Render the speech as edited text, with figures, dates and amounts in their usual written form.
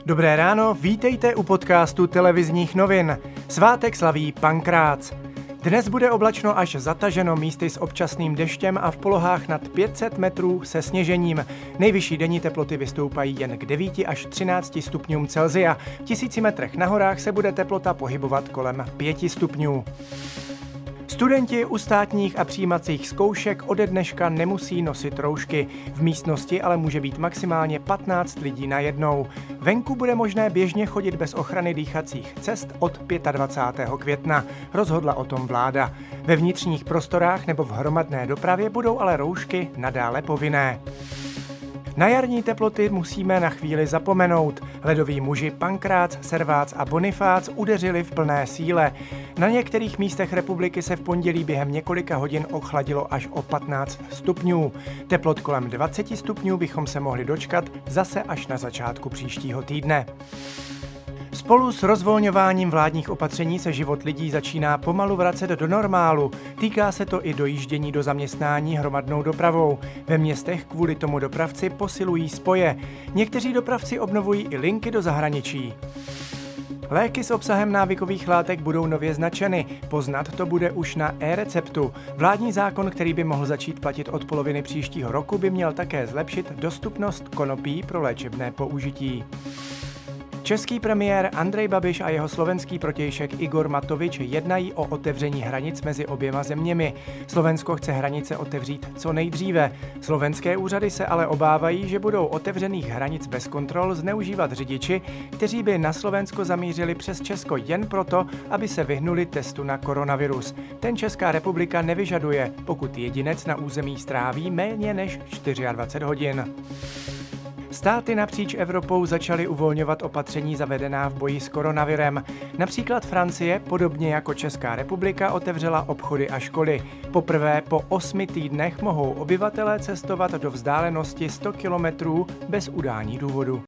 Dobré ráno, vítejte u podcastu televizních novin. Svátek slaví Pankrác. Dnes bude oblačno až zataženo, místy s občasným deštěm a v polohách nad 500 metrů se sněžením. Nejvyšší denní teploty vystoupají jen k 9 až 13 stupňům Celsia. V 1000 metrech na horách se bude teplota pohybovat kolem 5 stupňů. Studenti u státních a přijímacích zkoušek ode dneška nemusí nosit roušky. V místnosti ale může být maximálně 15 lidí najednou. Venku bude možné běžně chodit bez ochrany dýchacích cest od 25. května. Rozhodla o tom vláda. Ve vnitřních prostorách nebo v hromadné dopravě budou ale roušky nadále povinné. Na jarní teploty musíme na chvíli zapomenout. Ledoví muži Pankrác, Servác a Bonifác udeřili v plné síle. Na některých místech republiky se v pondělí během několika hodin ochladilo až o 15 stupňů. Teplot kolem 20 stupňů bychom se mohli dočkat zase až na začátku příštího týdne. Spolu s rozvolňováním vládních opatření se život lidí začíná pomalu vracet do normálu. Týká se to i dojíždění do zaměstnání hromadnou dopravou. Ve městech kvůli tomu dopravci posilují spoje. Někteří dopravci obnovují i linky do zahraničí. Léky s obsahem návykových látek budou nově značeny. Poznat to bude už na e-receptu. Vládní zákon, který by mohl začít platit od poloviny příštího roku, by měl také zlepšit dostupnost konopí pro léčebné použití. Český premiér Andrej Babiš a jeho slovenský protějšek Igor Matovič jednají o otevření hranic mezi oběma zeměmi. Slovensko chce hranice otevřít co nejdříve. Slovenské úřady se ale obávají, že budou otevřených hranic bez kontrol zneužívat řidiči, kteří by na Slovensko zamířili přes Česko jen proto, aby se vyhnuli testu na koronavirus. Ten Česká republika nevyžaduje, pokud jedinec na území stráví méně než 24 hodin. Státy napříč Evropou začaly uvolňovat opatření zavedená v boji s koronavirem. Například Francie, podobně jako Česká republika, otevřela obchody a školy. Poprvé po 8 týdnech mohou obyvatelé cestovat do vzdálenosti 100 kilometrů bez udání důvodu.